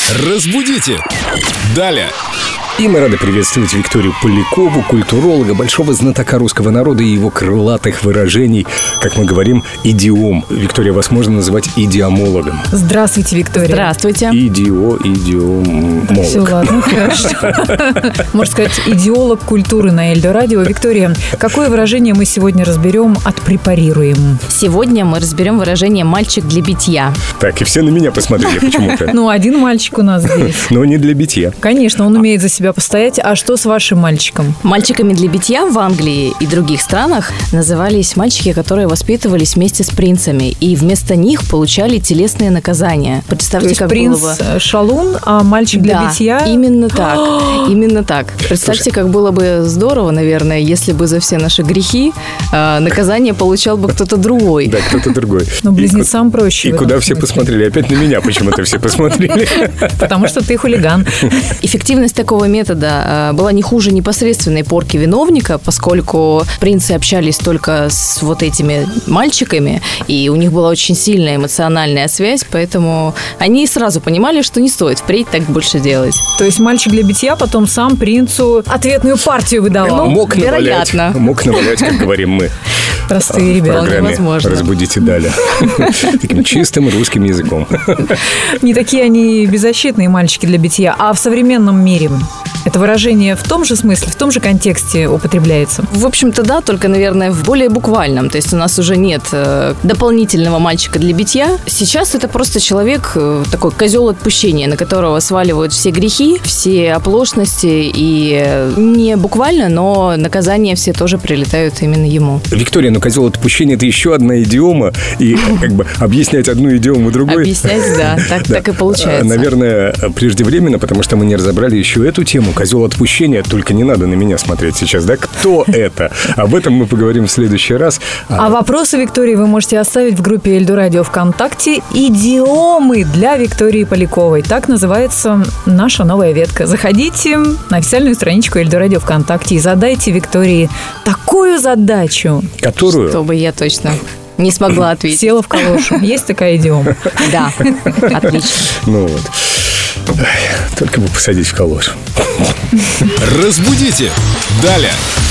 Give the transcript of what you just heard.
Разбудите! Далее! И мы рады приветствовать Викторию Полякову, культуролога, большого знатока русского народа и его крылатых выражений, как мы говорим, идиом. Виктория, вас можно называть идиомологом. Здравствуйте, Виктория. Здравствуйте. Идиомолог. Все, ладно, хорошо. Можно сказать, идеолог культуры на Эльдо Радио. Виктория, какое выражение мы сегодня разберем, отпрепарируем? Сегодня мы разберем выражение «мальчик для битья». Так, и все на меня посмотрели почему-то. Ну, один мальчик у нас здесь. Но не для битья. Конечно, он умеет за себя постоять. А что с вашим мальчиком? Мальчиками для битья в Англии и других странах назывались мальчики, которые воспитывались вместе с принцами, и вместо них получали телесные наказания. Представьте, То есть как принц было бы... шалун, а мальчик для битья? Именно так. Именно так. Представьте, как было бы здорово, наверное, если бы за все наши грехи наказание получал бы кто-то другой. Да, кто-то другой. Ну, близнецам проще. И куда все посмотрели? Опять на меня почему-то все посмотрели. Потому что ты хулиган. Эффективность такого метода была не хуже непосредственной порки виновника, поскольку принцы общались только с вот этими мальчиками, и у них была очень сильная эмоциональная связь, поэтому они сразу понимали, что не стоит впредь так больше делать. То есть мальчик для битья потом сам принцу ответную партию выдавал. Мог навалять, как говорим мы. Простые В ребята. программе невозможно. «Разбудите Даля». Таким чистым русским языком. Не такие они беззащитные мальчики для битья. А в современном мире это выражение в том же смысле, в том же контексте употребляется? В общем-то, да, только, наверное, в более буквальном. То есть у нас уже нет дополнительного мальчика для битья. Сейчас это просто человек, такой козел отпущения, на которого сваливают все грехи, все оплошности. И не буквально, но наказания все тоже прилетают именно ему. Виктория, ну козел отпущения – это еще одна идиома. И как бы объяснять одну идиому другой. Объяснять, да, так и получается. Наверное, преждевременно, потому что мы не разобрали еще эту тему. Козел отпущения, только не надо на меня смотреть сейчас, да? Кто это? Об этом мы поговорим в следующий раз. А вопросы Виктории вы можете оставить в группе Эльдо Радио ВКонтакте. Идиомы для Виктории Поляковой. Так называется наша новая ветка. Заходите на официальную страничку Эльдо Радио ВКонтакте и задайте Виктории такую задачу. Которую? Чтобы я точно не смогла ответить. Села в калошу. Есть такая идиома? Да, отлично. Ну вот. Только бы посадить в калош. Разбудите! Далее!